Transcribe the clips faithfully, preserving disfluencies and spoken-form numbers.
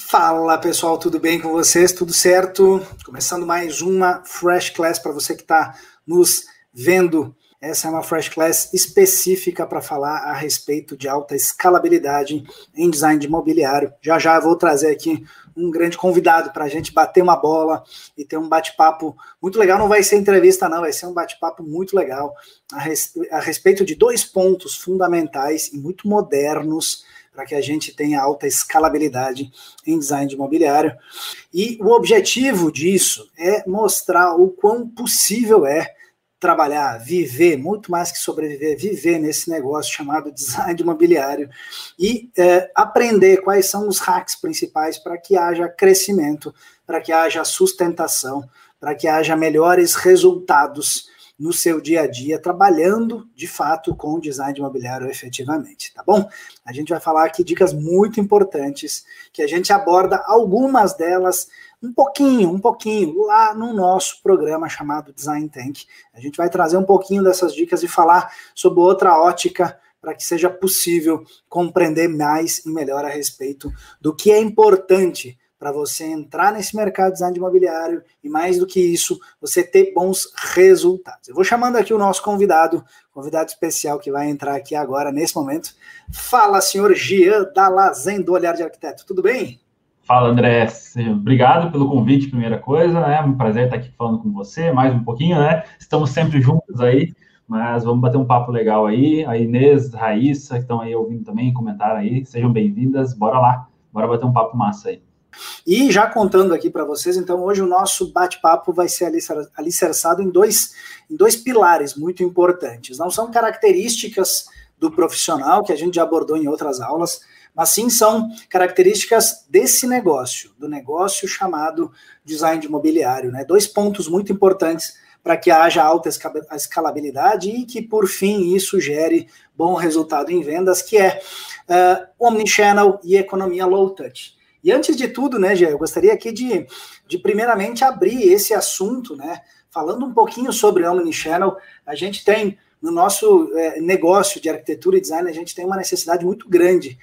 Fala pessoal, tudo bem com vocês? Tudo certo? Começando mais uma Fresh Class para você que está nos vendo. Essa é uma Fresh Class específica para falar a respeito de alta escalabilidade em design de imobiliário. Já já eu vou trazer aqui um grande convidado para a gente bater uma bola e ter um bate-papo muito legal. Não vai ser entrevista não, vai ser um bate-papo muito legal a, res, a respeito de dois pontos fundamentais e muito modernos para que a gente tenha alta escalabilidade em design de imobiliário. E o objetivo disso é mostrar o quão possível é trabalhar, viver, muito mais que sobreviver, viver nesse negócio chamado design de imobiliário e é, aprender quais são os hacks principais para que haja crescimento, para que haja sustentação, para que haja melhores resultados no seu dia a dia, trabalhando, de fato, com o design de imobiliário efetivamente, tá bom? A gente vai falar aqui dicas muito importantes, que a gente aborda algumas delas um pouquinho, um pouquinho, lá no nosso programa chamado Design Tank. A gente vai trazer um pouquinho dessas dicas e falar sobre outra ótica para que seja possível compreender mais e melhor a respeito do que é importante para você entrar nesse mercado de design imobiliário e, mais do que isso, você ter bons resultados. Eu vou chamando aqui o nosso convidado, convidado especial que vai entrar aqui agora, nesse momento. Fala, senhor Jean Dallazen, do Olhar de Arquiteto, tudo bem? Fala, André. Obrigado pelo convite, primeira coisa, né? Um prazer estar aqui falando com você, mais um pouquinho, né? Estamos sempre juntos aí, mas vamos bater um papo legal aí. A Inês, a Raíssa, que estão aí ouvindo também, comentaram aí, sejam bem-vindas, bora lá, bora bater um papo massa aí. E já contando aqui para vocês, então hoje o nosso bate-papo vai ser alicerçado em dois, em dois pilares muito importantes. Não são características do profissional, que a gente já abordou em outras aulas, mas sim são características desse negócio, do negócio chamado design de imobiliário, né? Dois pontos muito importantes para que haja alta escalabilidade e que, por fim, isso gere bom resultado em vendas, que é uh, omnichannel e economia low touch. E antes de tudo, né, Gê, eu gostaria aqui de, de primeiramente abrir esse assunto, né, falando um pouquinho sobre Omnichannel. A gente tem, no nosso é, negócio de arquitetura e design, a gente tem uma necessidade muito grande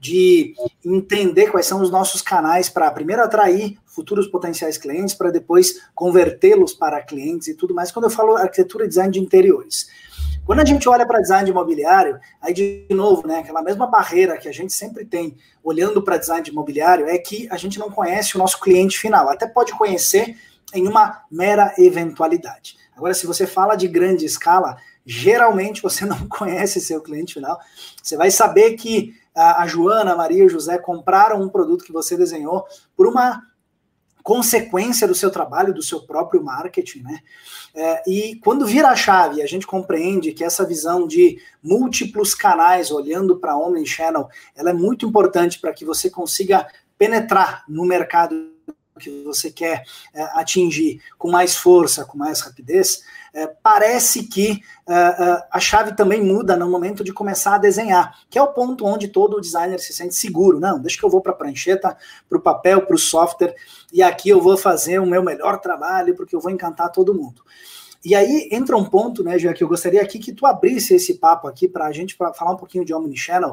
de entender quais são os nossos canais para, primeiro, atrair futuros potenciais clientes, para depois convertê-los para clientes e tudo mais. Quando eu falo arquitetura e design de interiores, quando a gente olha para design de imobiliário, aí de novo, né, aquela mesma barreira que a gente sempre tem olhando para design de imobiliário é que a gente não conhece o nosso cliente final. Até pode conhecer em uma mera eventualidade. Agora, se você fala de grande escala, geralmente você não conhece seu cliente final. Você vai saber que a, a Joana, a Maria e o José compraram um produto que você desenhou por uma consequência do seu trabalho, do seu próprio marketing, né? É, e quando vira a chave, a gente compreende que essa visão de múltiplos canais olhando para Omnichannel, ela é muito importante para que você consiga penetrar no mercado que você quer é, atingir com mais força, com mais rapidez. É, parece que é, é, a chave também muda no momento de começar a desenhar, que é o ponto onde todo designer se sente seguro. Não, deixa que eu vou para a prancheta, para o papel, para o software, e aqui eu vou fazer o meu melhor trabalho, porque eu vou encantar todo mundo. E aí entra um ponto, né, Jean, que eu gostaria aqui que tu abrisse esse papo aqui para a gente pra falar um pouquinho de Omnichannel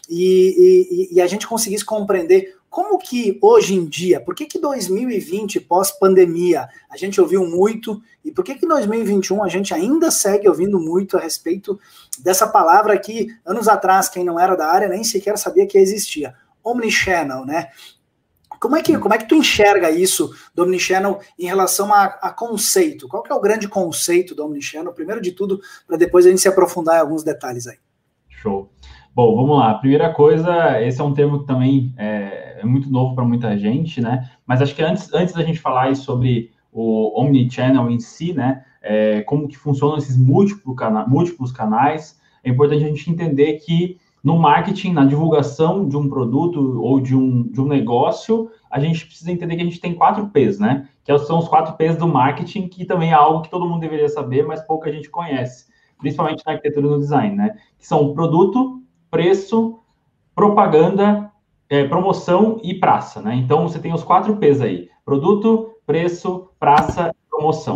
e, e, e a gente conseguisse compreender como que hoje em dia, por que que dois mil e vinte, pós-pandemia, a gente ouviu muito, e por que que dois mil e vinte e um a gente ainda segue ouvindo muito a respeito dessa palavra que, anos atrás, quem não era da área nem sequer sabia que existia, Omnichannel, né? Como é que, como é que tu enxerga isso do Omnichannel em relação a, a conceito? Qual que é o grande conceito do Omnichannel? Primeiro de tudo, para depois a gente se aprofundar em alguns detalhes aí. Show. Bom, vamos lá. Primeira coisa, esse é um termo que também é, é muito novo para muita gente, né? Mas acho que antes, antes da gente falar sobre o Omnichannel em si, né? É, como que funcionam esses múltiplos, cana- múltiplos canais, é importante a gente entender que no marketing, na divulgação de um produto ou de um, de um negócio, a gente precisa entender que a gente tem quatro P's, né? Que são os quatro P's do marketing, que também é algo que todo mundo deveria saber, mas pouca gente conhece, principalmente na arquitetura e no design, né? Que são produto, preço, propaganda, é, promoção e praça, né? Então, você tem os quatro P's aí. Produto, preço, praça e promoção.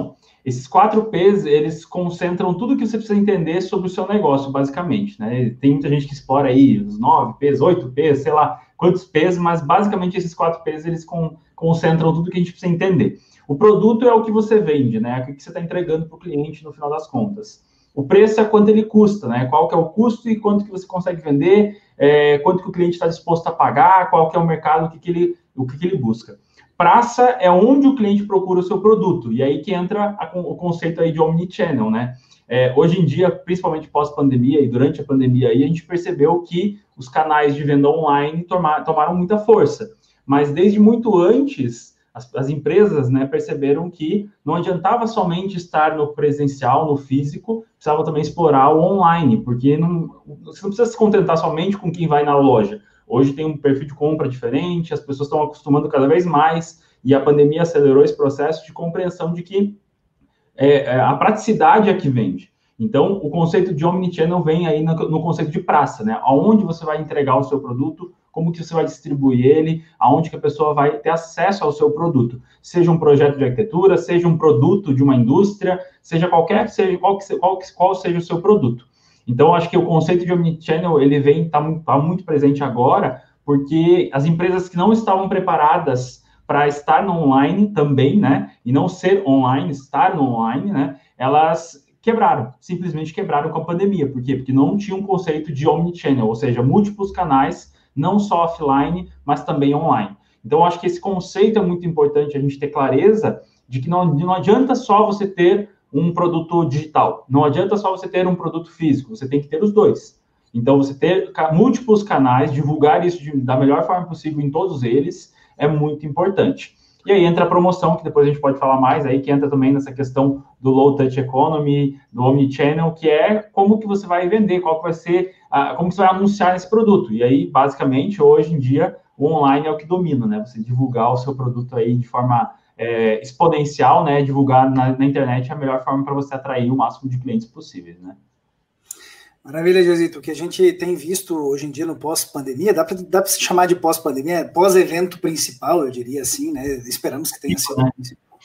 Esses quatro P's, eles concentram tudo que você precisa entender sobre o seu negócio, basicamente, né? Tem muita gente que explora aí os nove P's, oito P's, sei lá quantos P's, mas basicamente esses quatro P's, eles con- concentram tudo que a gente precisa entender. O produto é o que você vende, né? O que você está entregando para o cliente no final das contas. O preço é quanto ele custa, né? Qual que é o custo e quanto que você consegue vender, é, quanto que o cliente está disposto a pagar, qual que é o mercado, o que, que, ele, o que, que ele busca. Praça é onde o cliente procura o seu produto, e aí que entra a, o conceito aí de omnichannel, né? É, hoje em dia, principalmente pós-pandemia e durante a pandemia, aí, a gente percebeu que os canais de venda online toma, tomaram muita força, mas desde muito antes, as, as empresas, né, perceberam que não adiantava somente estar no presencial, no físico, precisava também explorar o online, porque não, você não precisa se contentar somente com quem vai na loja. Hoje tem um perfil de compra diferente, as pessoas estão acostumando cada vez mais, e a pandemia acelerou esse processo de compreensão de que é, a praticidade é que vende. Então, o conceito de omnichannel vem aí no, no conceito de praça, né? Aonde você vai entregar o seu produto, como que você vai distribuir ele, aonde que a pessoa vai ter acesso ao seu produto. Seja um projeto de arquitetura, seja um produto de uma indústria, seja qualquer, seja qual, qual, qual seja o seu produto. Então, acho que o conceito de omnichannel, ele vem, está tá muito presente agora, porque as empresas que não estavam preparadas para estar no online também, né, e não ser online, estar no online, né, elas quebraram, simplesmente quebraram com a pandemia. Por quê? Porque não tinha um conceito de omnichannel, ou seja, múltiplos canais, não só offline, mas também online. Então, acho que esse conceito é muito importante a gente ter clareza de que não, não adianta só você ter um produto digital. Não adianta só você ter um produto físico, você tem que ter os dois. Então, você ter múltiplos canais, divulgar isso de, da melhor forma possível em todos eles, é muito importante. E aí entra a promoção, que depois a gente pode falar mais, aí que entra também nessa questão do low touch economy, do omnichannel, que é como que você vai vender, qual que vai ser, a, como que você vai anunciar esse produto. E aí, basicamente, hoje em dia, o online é o que domina, né? Você divulgar o seu produto aí de forma É, exponencial, né? Divulgar na, na internet é a melhor forma para você atrair o máximo de clientes possíveis, né? Maravilha, Josito. O que a gente tem visto hoje em dia no pós-pandemia, dá para dá para se chamar de pós-pandemia, pós-evento principal, eu diria assim, né? Esperamos que tenha sido o principal.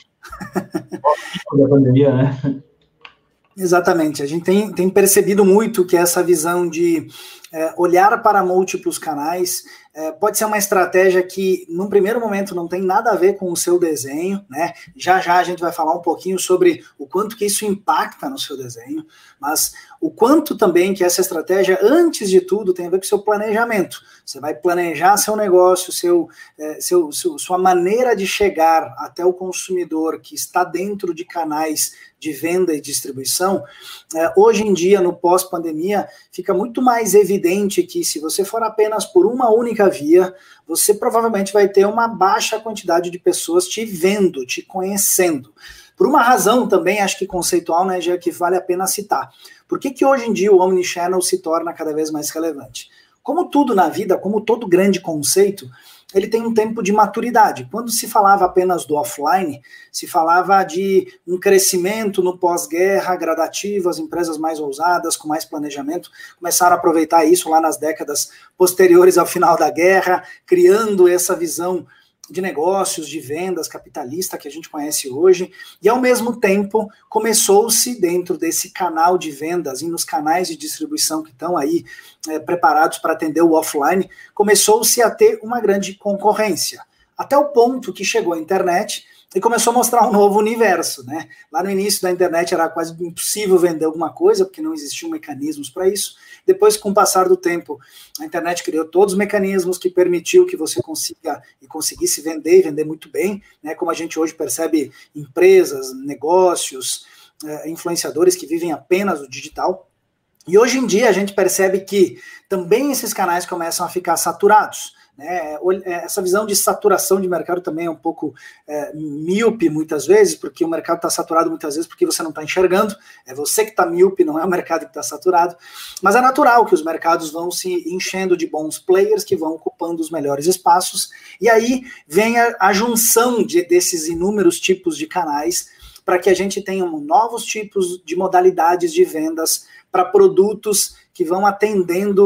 Da pandemia, né? Exatamente. A gente tem, tem percebido muito que essa visão de é, olhar para múltiplos canais é, pode ser uma estratégia que, num primeiro momento, não tem nada a ver com o seu desenho, né? Já já a gente vai falar um pouquinho sobre o quanto que isso impacta no seu desenho, mas o quanto também que essa estratégia, antes de tudo, tem a ver com o seu planejamento. Você vai planejar seu negócio, seu, é, seu, seu, sua maneira de chegar até o consumidor que está dentro de canais de venda e distribuição. É, hoje em dia, no pós-pandemia, fica muito mais evidente que se você for apenas por uma única via, você provavelmente vai ter uma baixa quantidade de pessoas te vendo, te conhecendo. Por uma razão também, acho que conceitual, né, já que vale a pena citar. Por que que hoje em dia o Omnichannel se torna cada vez mais relevante? Como tudo na vida, como todo grande conceito, ele tem um tempo de maturidade. Quando se falava apenas do offline, se falava de um crescimento no pós-guerra gradativo, as empresas mais ousadas, com mais planejamento, começaram a aproveitar isso lá nas décadas posteriores ao final da guerra, criando essa visão de negócios, de vendas capitalista que a gente conhece hoje, e ao mesmo tempo começou-se dentro desse canal de vendas e nos canais de distribuição que estão aí é, preparados para atender o offline, começou-se a ter uma grande concorrência, até o ponto que chegou a internet e começou a mostrar um novo universo, né? Lá no início da internet era quase impossível vender alguma coisa, porque não existiam mecanismos para isso. Depois, com o passar do tempo, a internet criou todos os mecanismos que permitiu que você consiga e conseguisse vender e vender muito bem, né? Como a gente hoje percebe empresas, negócios, eh, influenciadores que vivem apenas do digital. E hoje em dia a gente percebe que também esses canais começam a ficar saturados. Né? Essa visão de saturação de mercado também é um pouco é, míope muitas vezes, porque o mercado está saturado muitas vezes porque você não está enxergando, é você que está míope, não é o mercado que está saturado, mas é natural que os mercados vão se enchendo de bons players que vão ocupando os melhores espaços, e aí vem a, a junção de, desses inúmeros tipos de canais para que a gente tenha novos tipos de modalidades de vendas para produtos que vão atendendo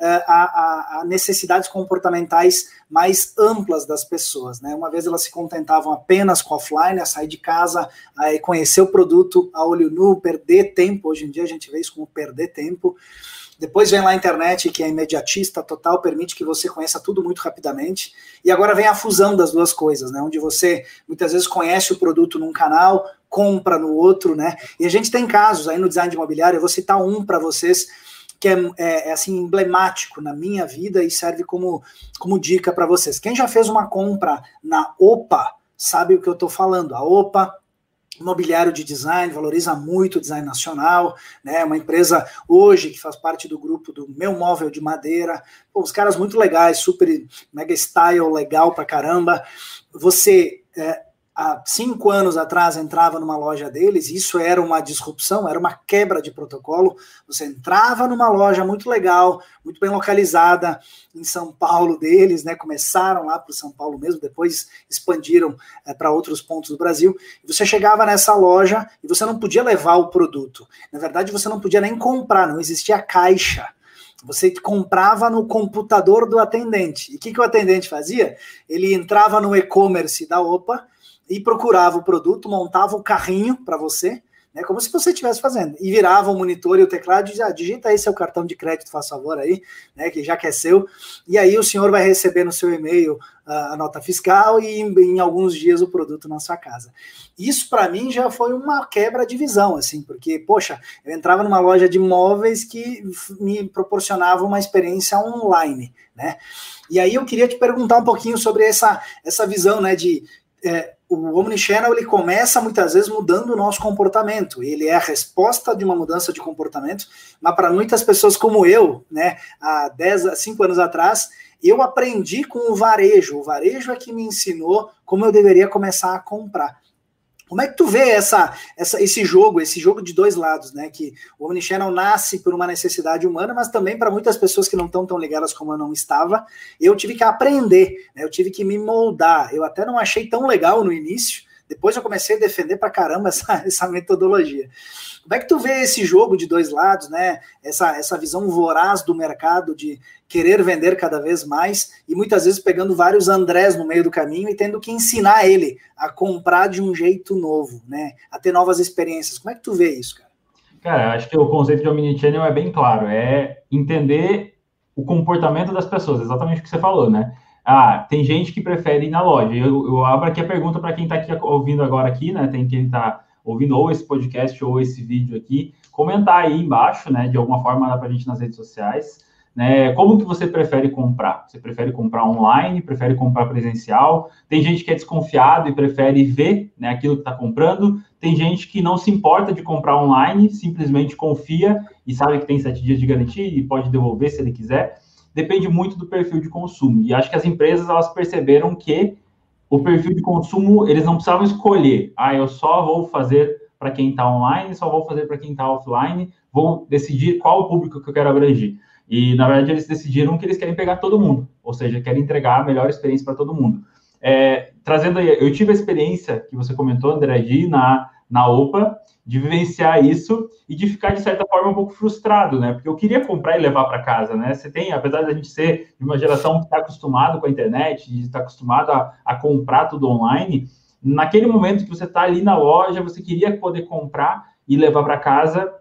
a, a, a necessidades comportamentais mais amplas das pessoas, né? Uma vez elas se contentavam apenas com offline, a sair de casa, a conhecer o produto a olho nu, perder tempo. Hoje em dia a gente vê isso como perder tempo. Depois vem lá a internet, que é imediatista total, permite que você conheça tudo muito rapidamente. E agora vem a fusão das duas coisas, né? Onde você muitas vezes conhece o produto num canal, compra no outro, né? E a gente tem casos aí no design de imobiliário, eu vou citar um para vocês, que é, é, é assim, emblemático na minha vida e serve como, como dica para vocês. Quem já fez uma compra na Opa sabe o que eu estou falando. A Opa, imobiliário de design, valoriza muito o design nacional, né? Uma empresa hoje que faz parte do grupo do Meu Móvel de Madeira. Pô, os caras muito legais, super mega style, legal pra caramba. Você... É, há cinco anos atrás entrava numa loja deles, isso era uma disrupção, era uma quebra de protocolo. Você entrava numa loja muito legal, muito bem localizada em São Paulo deles, né? Começaram lá para São Paulo mesmo, depois expandiram é, para outros pontos do Brasil. E você chegava nessa loja e você não podia levar o produto. Na verdade, você não podia nem comprar, não existia caixa. Você comprava no computador do atendente. E o que, que o atendente fazia? Ele entrava no e-commerce da Opa e procurava o produto, montava o carrinho para você, né, como se você estivesse fazendo, e virava o monitor e o teclado e dizia, ah, digita aí seu cartão de crédito, faz favor aí, né, que já que é seu, e aí o senhor vai receber no seu e-mail a nota fiscal e em, em alguns dias o produto na sua casa. Isso para mim já foi uma quebra de visão, assim, porque, poxa, eu entrava numa loja de móveis que me proporcionava uma experiência online, né, e aí eu queria te perguntar um pouquinho sobre essa, essa visão, né, de... É, o Omnichannel, ele começa muitas vezes mudando o nosso comportamento, ele é a resposta de uma mudança de comportamento, mas para muitas pessoas como eu, né, há dez, cinco anos atrás, eu aprendi com o varejo, o varejo é que me ensinou como eu deveria começar a comprar. Como é que tu vê essa, essa, esse jogo, esse jogo de dois lados, né? Que o Omnichannel nasce por uma necessidade humana, mas também para muitas pessoas que não estão tão ligadas como eu não estava, eu tive que aprender, né? Eu tive que me moldar. Eu até não achei tão legal no início, depois eu comecei a defender pra caramba essa, essa metodologia. Como é que tu vê esse jogo de dois lados, né? Essa, essa visão voraz do mercado de querer vender cada vez mais e muitas vezes pegando vários Andrés no meio do caminho e tendo que ensinar ele a comprar de um jeito novo, né? A ter novas experiências. Como é que tu vê isso, cara? Cara, acho que o conceito de Omnichannel é bem claro, é entender o comportamento das pessoas, exatamente o que você falou, né? Ah, tem gente que prefere ir na loja. Eu, eu abro aqui a pergunta para quem está aqui ouvindo agora aqui, né? Tem quem está ouvindo ou esse podcast ou esse vídeo aqui, comentar aí embaixo, né? De alguma forma, dá para a gente nas redes sociais, né? Como que você prefere comprar? Você prefere comprar online? Prefere comprar presencial? Tem gente que é desconfiado e prefere ver, né, aquilo que está comprando. Tem gente que não se importa de comprar online, simplesmente confia e sabe que tem sete dias de garantia e pode devolver se ele quiser. Depende muito do perfil de consumo. E acho que as empresas, elas perceberam que o perfil de consumo, eles não precisavam escolher. Ah, eu só vou fazer para quem está online, só vou fazer para quem está offline, vou decidir qual o público que eu quero abranger. E, na verdade, eles decidiram que eles querem pegar todo mundo, ou seja, querem entregar a melhor experiência para todo mundo. É, trazendo aí, eu tive a experiência que você comentou, André, de ir na, na Opa, de vivenciar isso e de ficar, de certa forma, um pouco frustrado, né? Porque eu queria comprar e levar para casa, né? Você tem, apesar da gente ser de uma geração que está acostumado com a internet, de estar acostumado a, a comprar tudo online, naquele momento que você está ali na loja, você queria poder comprar e levar para casa,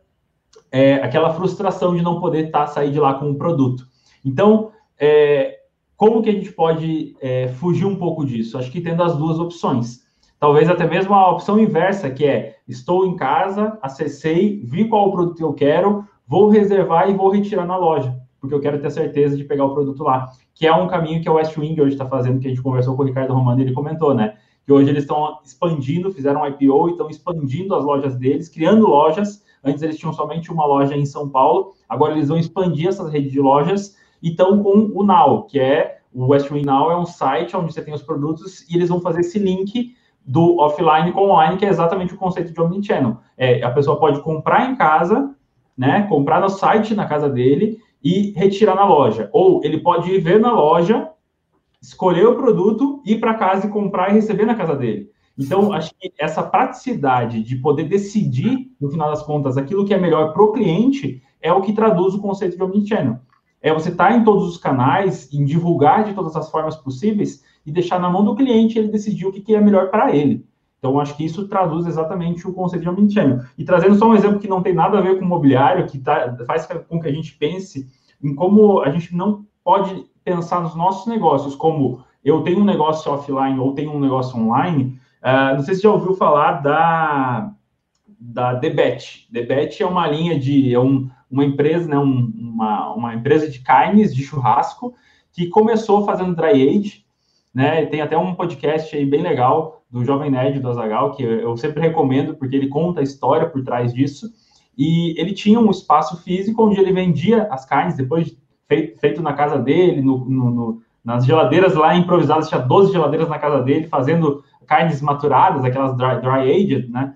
é, aquela frustração de não poder tá, sair de lá com o produto. Então, é, como que a gente pode é, fugir um pouco disso? Acho que tendo as duas opções. Talvez até mesmo a opção inversa, que é, estou em casa, acessei, vi qual o produto que eu quero, vou reservar e vou retirar na loja, porque eu quero ter certeza de pegar o produto lá, que é um caminho que a Westwing hoje está fazendo, que a gente conversou com o Ricardo Romano e ele comentou, né? Que hoje eles estão expandindo, fizeram um I P O e estão expandindo as lojas deles, criando lojas. Antes eles tinham somente uma loja em São Paulo, agora eles vão expandir essas redes de lojas e estão com o Now, que é o Westwing Now, é um site onde você tem os produtos e eles vão fazer esse link do offline com online, que é exatamente o conceito de Omnichannel. É, a pessoa pode comprar em casa, né, comprar no site na casa dele e retirar na loja. Ou ele pode ir ver na loja, escolher o produto, ir para casa e comprar e receber na casa dele. Então, acho que essa praticidade de poder decidir, no final das contas, aquilo que é melhor para o cliente, é o que traduz o conceito de Omnichannel. é você estar em todos os canais, em divulgar de todas as formas possíveis e deixar na mão do cliente ele decidir o que, que é melhor para ele. Então, acho que isso traduz exatamente o conceito de omnichannel. E trazendo só um exemplo que não tem nada a ver com imobiliário, que tá, faz com que a gente pense em como a gente não pode pensar nos nossos negócios, como eu tenho um negócio offline ou tenho um negócio online. Uh, não sei se você já ouviu falar da, da Debet. Debet é uma linha de... É um, uma empresa, né, um, uma, uma empresa de carnes, de churrasco, que começou fazendo dry age, né? Tem até um podcast aí bem legal do Jovem Nerd do Azaghal, que eu sempre recomendo, porque ele conta a história por trás disso. E ele tinha um espaço físico onde ele vendia as carnes, depois de feito, feito na casa dele, no, no, no, nas geladeiras lá improvisadas, tinha doze geladeiras na casa dele, fazendo carnes maturadas, aquelas dry, dry aged, né?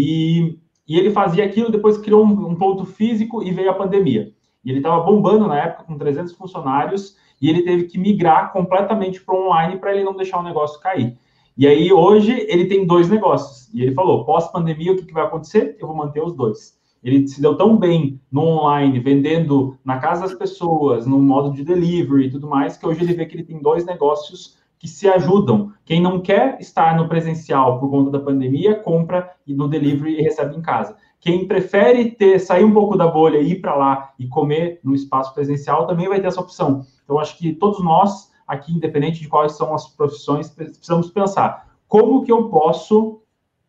E, e ele fazia aquilo, depois criou um, um ponto físico e veio a pandemia. E ele estava bombando na época com trezentos funcionários, e ele teve que migrar completamente para o online para ele não deixar o negócio cair. E aí, hoje, ele tem dois negócios. E ele falou, pós-pandemia, o que, que vai acontecer? Eu vou manter os dois. Ele se deu tão bem no online, vendendo na casa das pessoas, no modo de delivery e tudo mais, que hoje ele vê que ele tem dois negócios que se ajudam. Quem não quer estar no presencial por conta da pandemia, compra no delivery e recebe em casa. Quem prefere ter, sair um pouco da bolha, ir para lá e comer no espaço presencial, também vai ter essa opção. Então, acho que todos nós, aqui, independente de quais são as profissões, precisamos pensar como que eu posso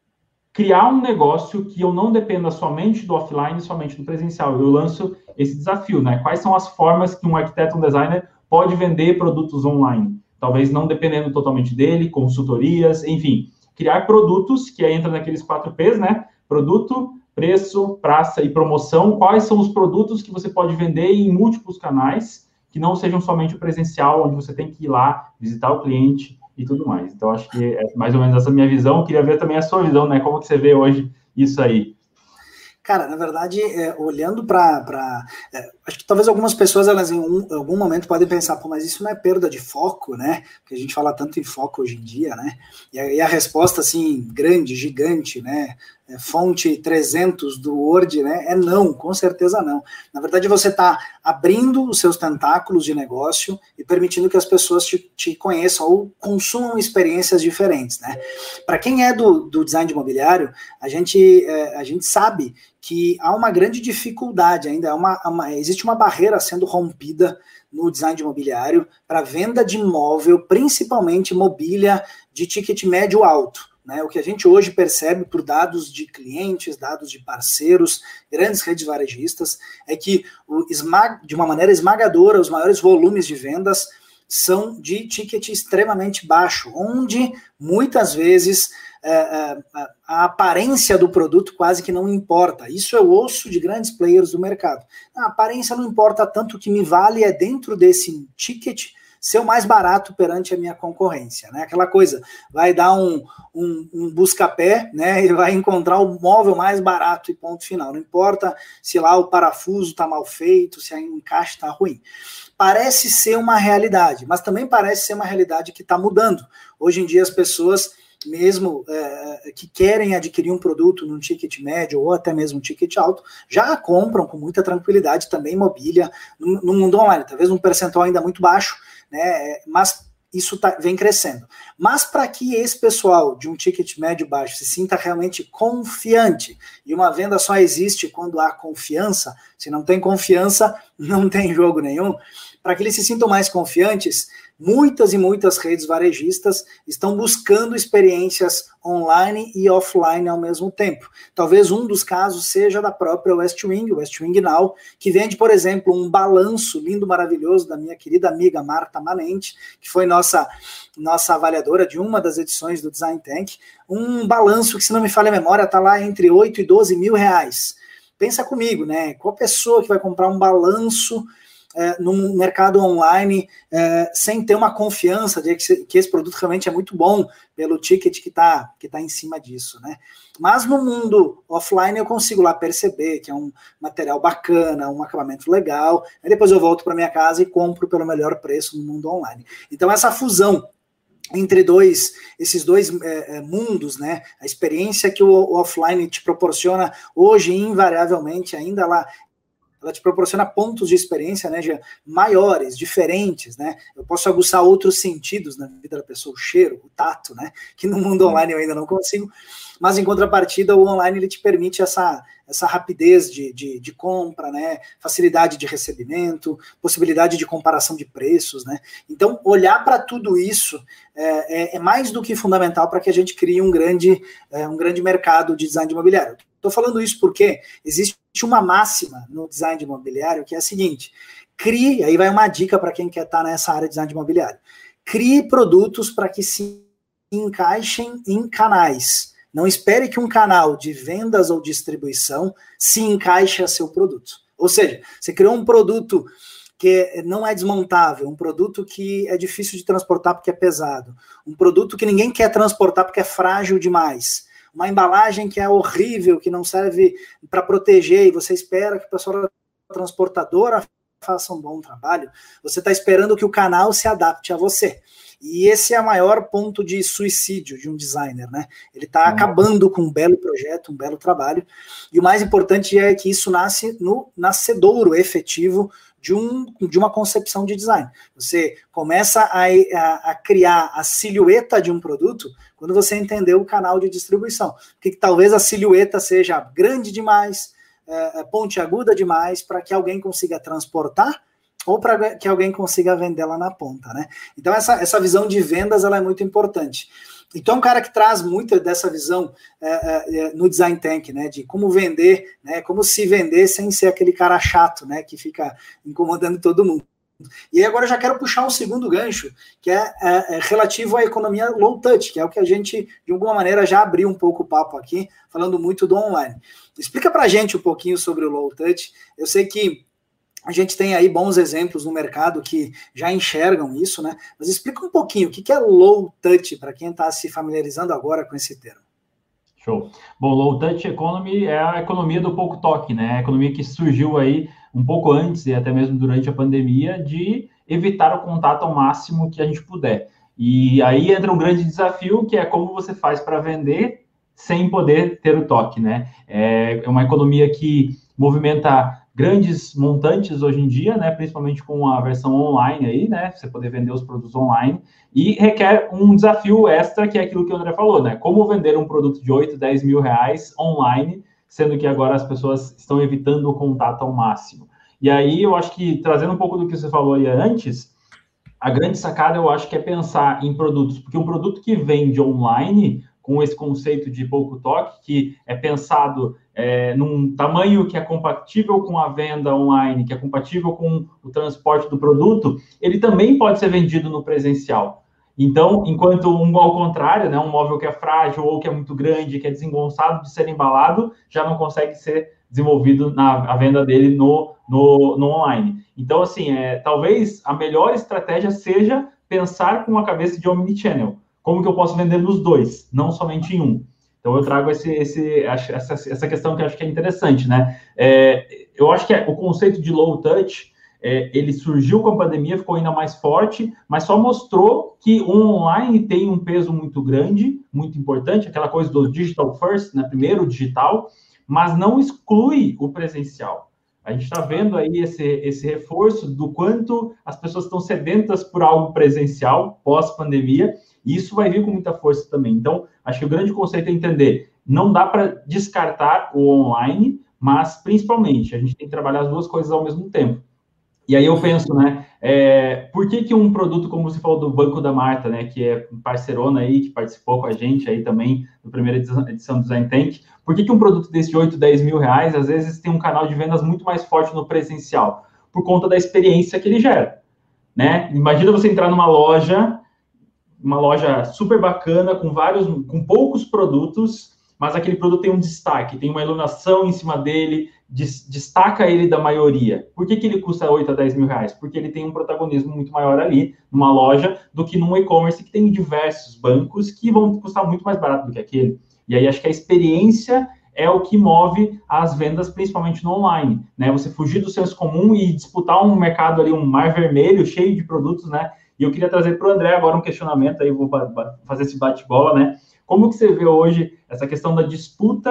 criar um negócio que eu não dependa somente do offline, somente do presencial. Eu lanço esse desafio, né? Quais são as formas que um arquiteto, um designer pode vender produtos online? Talvez não dependendo totalmente dele, consultorias, enfim. Criar produtos, que aí entra naqueles quatro P's, né? Produto, preço, praça e promoção. Quais são os produtos que você pode vender em múltiplos canais, que não sejam somente o presencial, onde você tem que ir lá, visitar o cliente e tudo mais. Então, acho que é mais ou menos essa minha visão. Queria ver também a sua visão, né? Como que você vê hoje isso aí? Cara, na verdade, é, olhando para... É, acho que talvez algumas pessoas, elas em, um, em algum momento podem pensar, pô, mas isso não é perda de foco, né? Porque a gente fala tanto em foco hoje em dia, né? E a, e a resposta, assim, grande, gigante, né? É, fonte trezentos do Word, né? É não, com certeza não. Na verdade, você está abrindo os seus tentáculos de negócio e permitindo que as pessoas te, te conheçam ou consumam experiências diferentes, né? Para quem é do, do design de imobiliário, a gente, é, a gente sabe que há uma grande dificuldade ainda, uma, uma, existe uma barreira sendo rompida no design de imobiliário para venda de imóvel, principalmente mobília de ticket médio alto. Né? O que a gente hoje percebe por dados de clientes, dados de parceiros, grandes redes varejistas, é que o esmag, de uma maneira esmagadora, os maiores volumes de vendas são de ticket extremamente baixo, onde muitas vezes é, é, a aparência do produto quase que não importa. Isso eu ouço de grandes players do mercado. A aparência não importa tanto, o que me vale é dentro desse ticket ser o mais barato perante a minha concorrência, né? Aquela coisa, vai dar um, um, um busca-pé, né? E vai encontrar o móvel mais barato e ponto final. Não importa se lá o parafuso está mal feito, se a encaixe está ruim. Parece ser uma realidade, mas também parece ser uma realidade que está mudando. Hoje em dia as pessoas, mesmo é, que querem adquirir um produto num ticket médio ou até mesmo um ticket alto, já compram com muita tranquilidade também mobília no, no mundo online, talvez um percentual ainda muito baixo, né? Mas isso tá, vem crescendo. Mas para que esse pessoal de um ticket médio baixo se sinta realmente confiante, e uma venda só existe quando há confiança, se não tem confiança, não tem jogo nenhum, para que eles se sintam mais confiantes, muitas e muitas redes varejistas estão buscando experiências online e offline ao mesmo tempo. Talvez um dos casos seja da própria Westwing, Westwing Now, que vende, por exemplo, um balanço lindo, maravilhoso da minha querida amiga Marta Manente, que foi nossa, nossa avaliadora de uma das edições do Design Tank, um balanço que, se não me falha a memória, está lá entre oito e doze mil reais. Pensa comigo, né? Qual pessoa que vai comprar um balanço É, no mercado online, é, sem ter uma confiança de que, que esse produto realmente é muito bom pelo ticket que está que tá em cima disso, né? Mas no mundo offline eu consigo lá perceber que é um material bacana, um acabamento legal, aí depois eu volto para minha casa e compro pelo melhor preço no mundo online. Então essa fusão entre dois, esses dois é, mundos, né? A experiência que o, o offline te proporciona hoje, invariavelmente, ainda lá ela te proporciona pontos de experiência, né, Jean, maiores, diferentes, né? Eu posso aguçar outros sentidos na vida da pessoa, o cheiro, o tato, né? Que no mundo online eu ainda não consigo. Mas em contrapartida, o online ele te permite essa, essa rapidez de, de, de compra, né? Facilidade de recebimento, possibilidade de comparação de preços, né? Então, olhar para tudo isso é, é, é mais do que fundamental para que a gente crie um grande, é, um grande mercado de design imobiliário. Estou falando isso porque existe uma máxima no design imobiliário que é a seguinte: crie, aí vai uma dica para quem quer estar nessa área de design imobiliário, crie produtos para que se encaixem em canais. Não espere que um canal de vendas ou distribuição se encaixe a seu produto. Ou seja, você criou um produto que não é desmontável, um produto que é difícil de transportar porque é pesado, um produto que ninguém quer transportar porque é frágil demais, uma embalagem que é horrível, que não serve para proteger, e você espera que o pessoal da transportadora faça um bom trabalho, você está esperando que o canal se adapte a você. E esse é o maior ponto de suicídio de um designer, né? Ele está uhum. acabando com um belo projeto, um belo trabalho, e o mais importante é que isso nasce no nascedouro efetivo de, um, de uma concepção de design. Você começa a, a, a criar a silhueta de um produto quando você entendeu o canal de distribuição. Porque talvez a silhueta seja grande demais, é, pontiaguda demais, para que alguém consiga transportar ou para que alguém consiga vendê-la na ponta, né? Então essa, essa visão de vendas ela é muito importante. Então um cara que traz muito dessa visão é, é, no Design Tank, né, de como vender, né, como se vender sem ser aquele cara chato, né, que fica incomodando todo mundo. E aí agora eu já quero puxar um segundo gancho, que é, é, é relativo à economia low touch, que é o que a gente, de alguma maneira, já abriu um pouco o papo aqui, falando muito do online. Explica pra gente um pouquinho sobre o low touch. Eu sei que a gente tem aí bons exemplos no mercado que já enxergam isso, né? Mas explica um pouquinho o que é low touch para quem está se familiarizando agora com esse termo. Show. Bom, low touch economy é a economia do pouco toque, né? A economia que surgiu aí um pouco antes e até mesmo durante a pandemia de evitar o contato ao máximo que a gente puder. E aí entra um grande desafio, que é como você faz para vender sem poder ter o toque, né? É uma economia que movimenta grandes montantes hoje em dia, né, principalmente com a versão online aí, né, você poder vender os produtos online, e requer um desafio extra, que é aquilo que o André falou, né, como vender um produto de oito, dez mil reais online, sendo que agora as pessoas estão evitando o contato ao máximo. E aí, eu acho que, trazendo um pouco do que você falou aí antes, a grande sacada, eu acho que é pensar em produtos, porque um produto que vende online, com esse conceito de pouco toque, que é pensado é, num tamanho que é compatível com a venda online, que é compatível com o transporte do produto, ele também pode ser vendido no presencial. Então, enquanto um ao contrário, né, um móvel que é frágil ou que é muito grande, que é desengonçado de ser embalado, já não consegue ser desenvolvido na a venda dele no, no, no online. Então, assim, é, talvez a melhor estratégia seja pensar com a cabeça de omnichannel. Como que eu posso vender nos dois, não somente em um? Então, eu trago esse, esse, essa, essa questão que eu acho que é interessante, né? É, eu acho que é, o conceito de low touch, é, ele surgiu com a pandemia, ficou ainda mais forte, mas só mostrou que o online tem um peso muito grande, muito importante, aquela coisa do digital first, né? Primeiro o digital, mas não exclui o presencial. A gente está vendo aí esse, esse reforço do quanto as pessoas estão sedentas por algo presencial pós-pandemia, e isso vai vir com muita força também. Então, acho que o grande conceito é entender, não dá para descartar o online, mas, principalmente, a gente tem que trabalhar as duas coisas ao mesmo tempo. E aí eu penso, né, é, por que que um produto, como você falou do Banco da Marta, né, que é parceirona aí, que participou com a gente aí também, na primeira edição do Design Tank, por que que um produto desse de oito, dez mil reais, às vezes tem um canal de vendas muito mais forte no presencial? Por conta da experiência que ele gera, né? Imagina você entrar numa loja, uma loja super bacana, com vários, com poucos produtos, mas aquele produto tem um destaque, tem uma iluminação em cima dele, des, destaca ele da maioria. Por que que ele custa oito a dez mil reais? Porque ele tem um protagonismo muito maior ali, numa loja, do que num e-commerce que tem diversos bancos que vão custar muito mais barato do que aquele. E aí acho que a experiência é o que move as vendas, principalmente no online, né? Você fugir do senso comum e disputar um mercado ali, um mar vermelho, cheio de produtos, né? E eu queria trazer para o André agora um questionamento, aí vou fazer esse bate-bola, né? Como que você vê hoje essa questão da disputa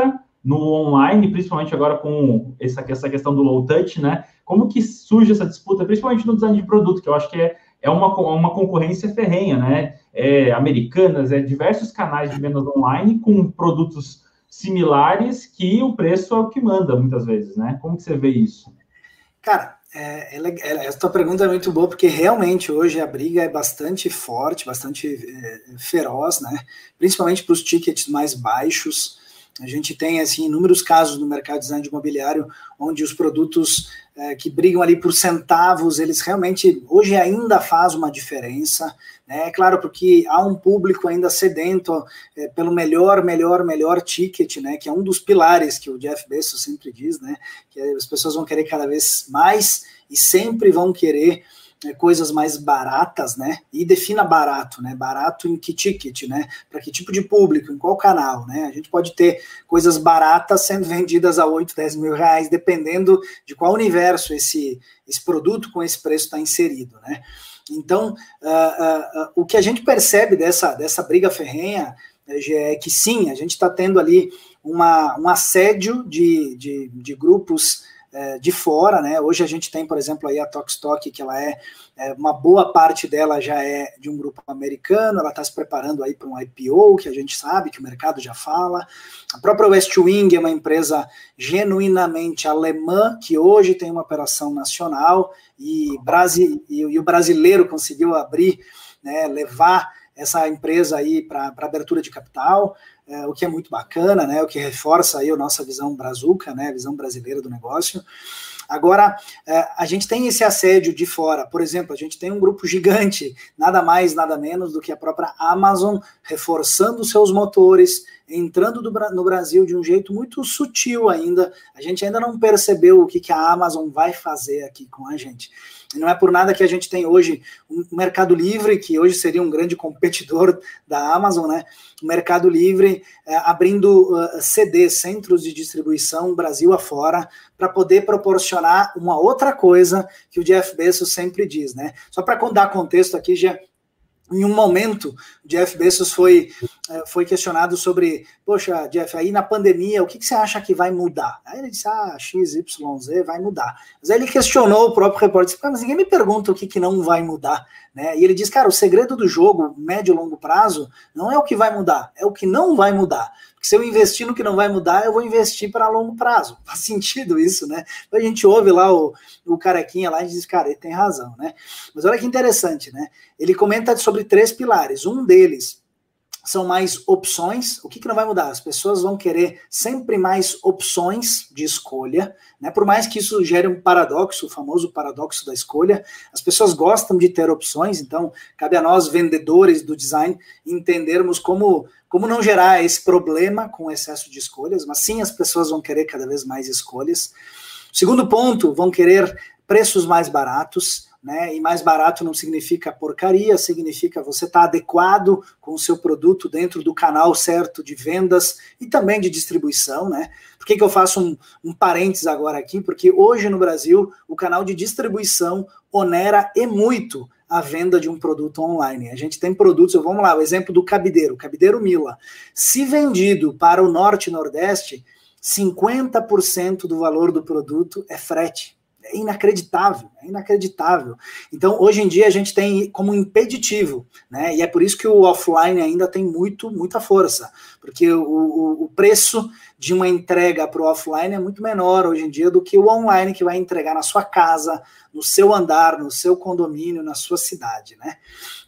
no online, principalmente agora com essa, essa questão do low touch, né? Como que surge essa disputa, principalmente no design de produto, que eu acho que é, é uma, uma concorrência ferrenha, né? É, Americanas, é diversos canais de vendas online com produtos similares que o preço é o que manda, muitas vezes, né? Como que você vê isso? Cara, é, é, é, essa tua pergunta é muito boa, porque realmente hoje a briga é bastante forte, bastante é, feroz, né? Principalmente para os tickets mais baixos. A gente tem, assim, inúmeros casos no mercado de design de imobiliário onde os produtos é, que brigam ali por centavos, eles realmente, hoje ainda faz uma diferença, né? É claro, porque há um público ainda sedento é, pelo melhor, melhor, melhor ticket, né? Que é um dos pilares que o Jeff Bezos sempre diz, né? Que as pessoas vão querer cada vez mais e sempre vão querer É, coisas mais baratas, né? E defina barato, né? Barato em que ticket, né? Para que tipo de público, em qual canal, né? A gente pode ter coisas baratas sendo vendidas a oito, dez mil reais, dependendo de qual universo esse, esse produto com esse preço está inserido, né? Então, uh, uh, uh, o que a gente percebe dessa, dessa briga ferrenha é que sim, a gente está tendo ali uma, um assédio de, de, de grupos de fora, né? Hoje a gente tem, por exemplo, aí a Tokstok, que ela é, é, uma boa parte dela já é de um grupo americano, ela está se preparando aí para um I P O, que a gente sabe, que o mercado já fala. A própria Westwing é uma empresa genuinamente alemã, que hoje tem uma operação nacional, e, Brasi, e, e o brasileiro conseguiu abrir, né, levar essa empresa aí para abertura de capital, é, o que é muito bacana, né, o que reforça aí a nossa visão brazuca, né, a visão brasileira do negócio. Agora, é, a gente tem esse assédio de fora, por exemplo, a gente tem um grupo gigante, nada mais, nada menos do que a própria Amazon, reforçando seus motores, entrando do, no Brasil de um jeito muito sutil ainda, a gente ainda não percebeu o que, que a Amazon vai fazer aqui com a gente. E não é por nada que a gente tem hoje um Mercado Livre, que hoje seria um grande competidor da Amazon, né? O Mercado Livre é, abrindo uh, C D, centros de distribuição Brasil afora, para poder proporcionar uma outra coisa que o Jeff Bezos sempre diz, né? Só para dar contexto aqui, já em um momento, o Jeff Bezos foi, foi questionado sobre, poxa, Jeff, aí na pandemia, o que, que você acha que vai mudar? Aí ele disse, ah, X, Y, Z vai mudar. Mas aí ele questionou o próprio repórter, disse, mas ninguém me pergunta o que, que não vai mudar, né? E ele diz, cara, o segredo do jogo, médio e longo prazo, não é o que vai mudar, é o que não vai mudar. Porque se eu investir no que não vai mudar, eu vou investir para longo prazo. Faz sentido isso, né? Então a gente ouve lá o, o carequinha lá e diz, cara, ele tem razão, né? Mas olha que interessante, né? Ele comenta sobre três pilares. Um deles são mais opções. O que, que não vai mudar? As pessoas vão querer sempre mais opções de escolha, né? Por mais que isso gere um paradoxo, o famoso paradoxo da escolha. As pessoas gostam de ter opções, então cabe a nós, vendedores do design, entendermos como, como não gerar esse problema com o excesso de escolhas, mas sim as pessoas vão querer cada vez mais escolhas. Segundo ponto, vão querer preços mais baratos, né? E mais barato não significa porcaria, significa você estar tá adequado com o seu produto dentro do canal certo de vendas e também de distribuição, né? Por que, que eu faço um, um parênteses agora aqui? Porque hoje no Brasil o canal de distribuição onera e muito a venda de um produto online. A gente tem produtos, vamos lá, o exemplo do Cabideiro, Cabideiro Mila. Se vendido para o Norte e Nordeste, cinquenta por cento do valor do produto é frete. É inacreditável, é inacreditável. Então, hoje em dia, a gente tem como impeditivo, né? E é por isso que o offline ainda tem muito, muita força, porque o, o, o preço de uma entrega para o offline é muito menor hoje em dia do que o online, que vai entregar na sua casa, no seu andar, no seu condomínio, na sua cidade, né?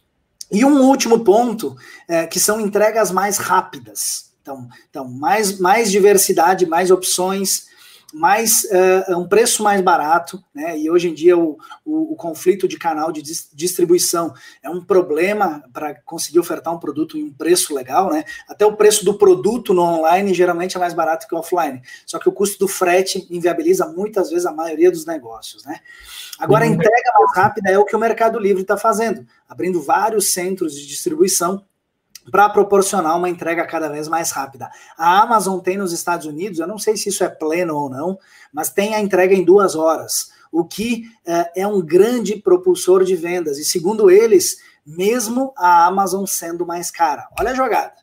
E um último ponto, é, que são entregas mais rápidas. Então, então mais, mais diversidade, mais opções, mais uh, um preço mais barato, né? E hoje em dia o, o, o conflito de canal de dis- distribuição é um problema para conseguir ofertar um produto em um preço legal, né? Até o preço do produto no online geralmente é mais barato que o offline, só que o custo do frete inviabiliza muitas vezes a maioria dos negócios, né? Agora, a entrega mais rápida é o que o Mercado Livre está fazendo, abrindo vários centros de distribuição para proporcionar uma entrega cada vez mais rápida. A Amazon tem nos Estados Unidos, eu não sei se isso é pleno ou não, mas tem a entrega em duas horas, o que uh, é um grande propulsor de vendas. E segundo eles, mesmo a Amazon sendo mais cara. Olha a jogada.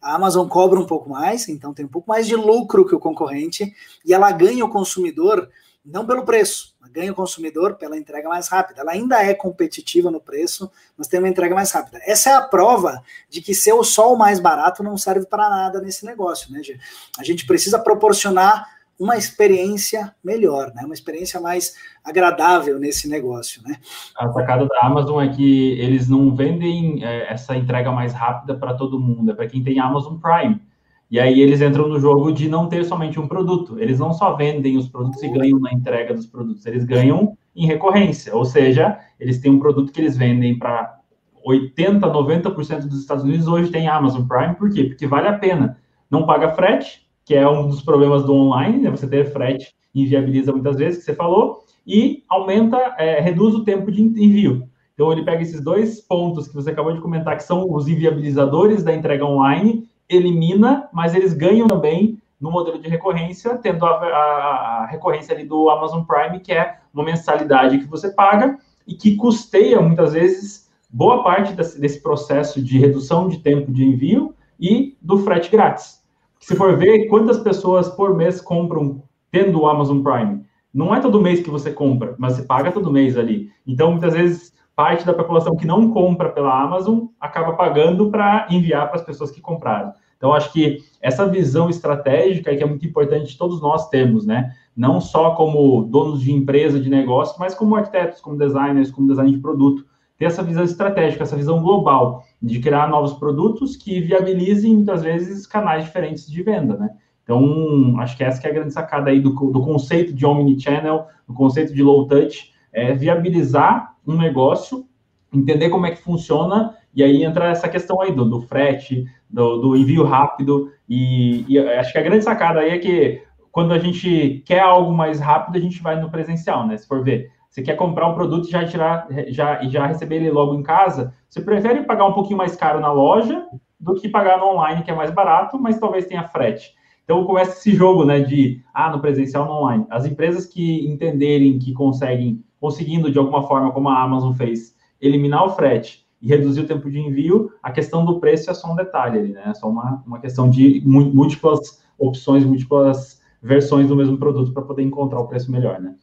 a Amazon cobra um pouco mais, então tem um pouco mais de lucro que o concorrente, e ela ganha o consumidor não pelo preço, ela ganha o consumidor pela entrega mais rápida. Ela ainda é competitiva no preço, mas tem uma entrega mais rápida. Essa é a prova de que ser só o mais barato não serve para nada nesse negócio, né, Gê? A gente precisa proporcionar uma experiência melhor, né? Uma experiência mais agradável nesse negócio, né? A sacada da Amazon é que eles não vendem é, essa entrega mais rápida para todo mundo, é para quem tem Amazon Prime. E aí eles entram no jogo de não ter somente um produto. Eles não só vendem os produtos e ganham na entrega dos produtos, eles ganham em recorrência. Ou seja, eles têm um produto que eles vendem para oitenta, noventa por cento dos Estados Unidos, hoje tem Amazon Prime. Por quê? Porque vale a pena. Não paga frete, que é um dos problemas do online, né? Você ter frete inviabiliza muitas vezes, que você falou, e aumenta, é, reduz o tempo de envio. Então, ele pega esses dois pontos que você acabou de comentar, que são os inviabilizadores da entrega online, elimina, mas eles ganham também no modelo de recorrência, tendo a, a, a recorrência ali do Amazon Prime, que é uma mensalidade que você paga e que custeia, muitas vezes, boa parte desse, desse processo de redução de tempo de envio e do frete grátis. Se for ver quantas pessoas por mês compram tendo o Amazon Prime, não é todo mês que você compra, mas você paga todo mês ali. Então, muitas vezes, parte da população que não compra pela Amazon acaba pagando para enviar para as pessoas que compraram. Então, acho que essa visão estratégica que é muito importante, todos nós temos, né? Não só como donos de empresa, de negócio, mas como arquitetos, como designers, como design de produto. Ter essa visão estratégica, essa visão global, de criar novos produtos que viabilizem, muitas vezes, canais diferentes de venda, né? Então, acho que essa que é a grande sacada aí do, do conceito de omnichannel, do conceito de low touch, é viabilizar um negócio, entender como é que funciona, e aí entra essa questão aí do, do frete, do, do envio rápido, e, e acho que a grande sacada aí é que quando a gente quer algo mais rápido, a gente vai no presencial, né? Se for ver, você quer comprar um produto e já, tirar, já, já receber ele logo em casa, você prefere pagar um pouquinho mais caro na loja do que pagar no online, que é mais barato, mas talvez tenha frete. Então, começa esse jogo, né, de, ah, no presencial, no online. As empresas que entenderem que conseguem, conseguindo de alguma forma, como a Amazon fez, eliminar o frete e reduzir o tempo de envio, a questão do preço é só um detalhe ali, né? É só uma, uma questão de múltiplas opções, múltiplas versões do mesmo produto para poder encontrar o preço melhor, né?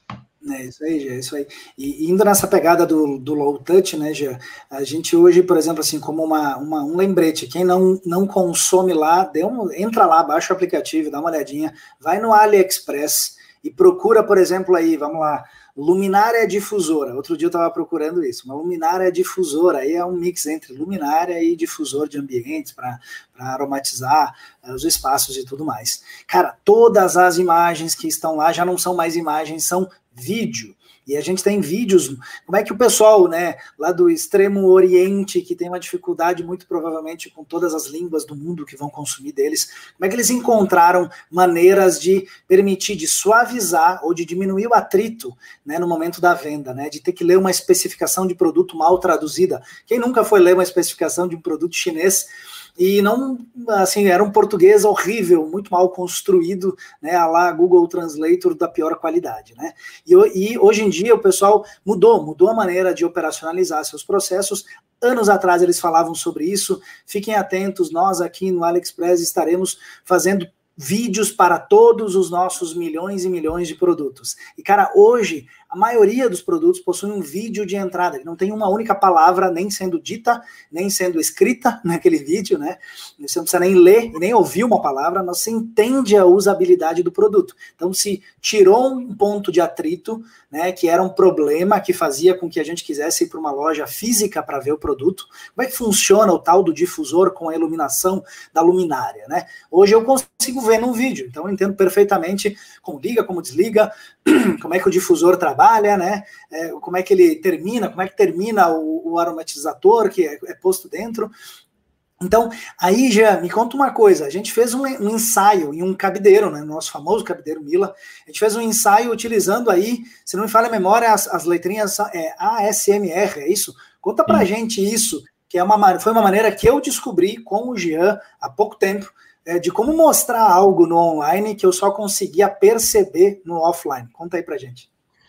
É isso aí, Gê, é isso aí. E indo nessa pegada do, do low touch, né, Gê, a gente hoje, por exemplo, assim, como uma, uma, um lembrete, quem não, não consome lá, dê um, entra lá, baixa o aplicativo, dá uma olhadinha, vai no AliExpress e procura, por exemplo, aí, vamos lá, luminária difusora. Outro dia eu estava procurando isso, uma luminária difusora, aí é um mix entre luminária e difusor de ambientes para aromatizar uh, os espaços e tudo mais. Cara, todas as imagens que estão lá já não são mais imagens, são vídeo. E a gente tem vídeos, como é que o pessoal, né, lá do extremo oriente, que tem uma dificuldade muito provavelmente com todas as línguas do mundo que vão consumir deles, como é que eles encontraram maneiras de permitir, de suavizar ou de diminuir o atrito, né, no momento da venda, né, de ter que ler uma especificação de produto mal traduzida. Quem nunca foi ler uma especificação de um produto chinês e não, assim, era um português horrível, muito mal construído, né, a lá Google Translator da pior qualidade, né, e, e hoje em dia o pessoal mudou, mudou a maneira de operacionalizar seus processos. Anos atrás eles falavam sobre isso, fiquem atentos, nós aqui no AliExpress estaremos fazendo vídeos para todos os nossos milhões e milhões de produtos. E, cara, hoje, a maioria dos produtos possui um vídeo de entrada, ele não tem uma única palavra nem sendo dita, nem sendo escrita naquele vídeo, né? Você não precisa nem ler e nem ouvir uma palavra, mas você entende a usabilidade do produto. Então, se tirou um ponto de atrito, né, que era um problema que fazia com que a gente quisesse ir para uma loja física para ver o produto, como é que funciona o tal do difusor com a iluminação da luminária, né? Hoje eu consigo ver num vídeo, então eu entendo perfeitamente como liga, como desliga, como é que o difusor trabalha, né? É, como é que ele termina, como é que termina o, o aromatizador que é, é posto dentro. Então, aí já me conta uma coisa, a gente fez um, um ensaio em um cabideiro, né, nosso famoso cabideiro Mila, a gente fez um ensaio utilizando aí, se não me falha a memória, as, as letrinhas é, A S M R, é isso? Conta pra Sim. gente isso, que é uma, foi uma maneira que eu descobri com o Jean há pouco tempo, é, de como mostrar algo no online que eu só conseguia perceber no offline. Conta aí pra gente.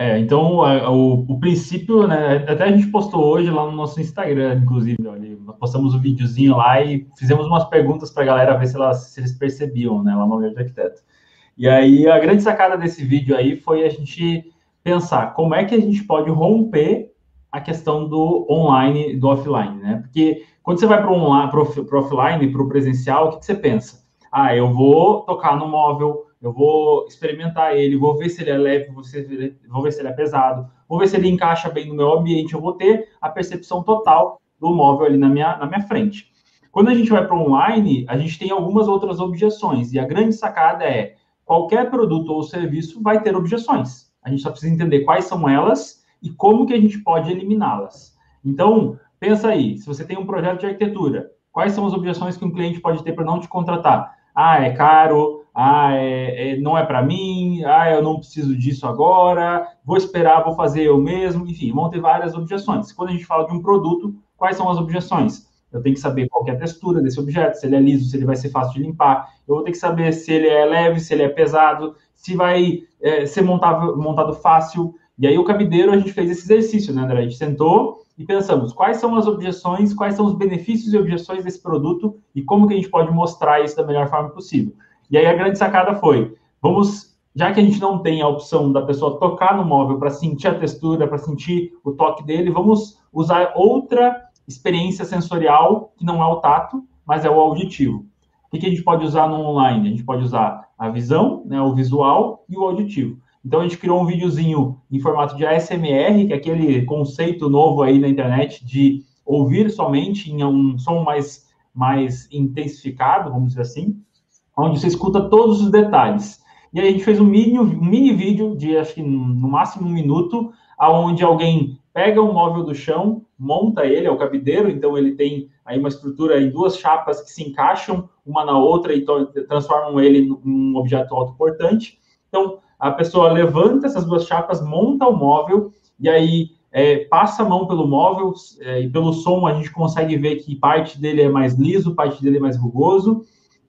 É, então, a, o, o princípio, né, até a gente postou hoje lá no nosso Instagram, inclusive, ó, nós postamos um videozinho lá e fizemos umas perguntas para a galera ver se, elas, se eles percebiam, né, lá no Momento de Arquiteto. E aí, a grande sacada desse vídeo aí foi a gente pensar como é que a gente pode romper a questão do online e do offline, né? Porque quando você vai para o offline, para o presencial, o que, que você pensa? Ah, eu vou tocar no móvel, eu vou experimentar ele, vou ver se ele é leve, vou ver se ele é pesado, vou ver se ele encaixa bem no meu ambiente, eu vou ter a percepção total do móvel ali na minha, na minha frente. Quando a gente vai para o online, a gente tem algumas outras objeções, e a grande sacada é qualquer produto ou serviço vai ter objeções. A gente só precisa entender quais são elas e como que a gente pode eliminá-las. Então, pensa aí, se você tem um projeto de arquitetura, quais são as objeções que um cliente pode ter para não te contratar? Ah, é caro, ah, é, é, não é para mim, ah, eu não preciso disso agora, vou esperar, vou fazer eu mesmo, enfim, vão ter várias objeções. Quando a gente fala de um produto, quais são as objeções? Eu tenho que saber qual que é a textura desse objeto, se ele é liso, se ele vai ser fácil de limpar. Eu vou ter que saber se ele é leve, se ele é pesado, se vai é, ser montado, montado fácil. E aí o Cabideiro, a gente fez esse exercício, né, André? A gente sentou e pensamos quais são as objeções, quais são os benefícios e objeções desse produto e como que a gente pode mostrar isso da melhor forma possível. E aí a grande sacada foi, vamos, já que a gente não tem a opção da pessoa tocar no móvel para sentir a textura, para sentir o toque dele, vamos usar outra experiência sensorial, que não é o tato, mas é o auditivo. O que a gente pode usar no online? A gente pode usar a visão, né, o visual e o auditivo. Então, a gente criou um videozinho em formato de A S M R, que é aquele conceito novo aí na internet de ouvir somente em um som mais, mais intensificado, vamos dizer assim, onde você escuta todos os detalhes. E aí a gente fez um mini, um mini vídeo de, acho que no máximo um minuto, onde alguém pega um móvel do chão, monta ele, é o cabideiro, então ele tem aí uma estrutura em duas chapas que se encaixam uma na outra e transformam ele num objeto autoportante. Então, a pessoa levanta essas duas chapas, monta o móvel, e aí é, passa a mão pelo móvel, é, e pelo som a gente consegue ver que parte dele é mais liso, parte dele é mais rugoso,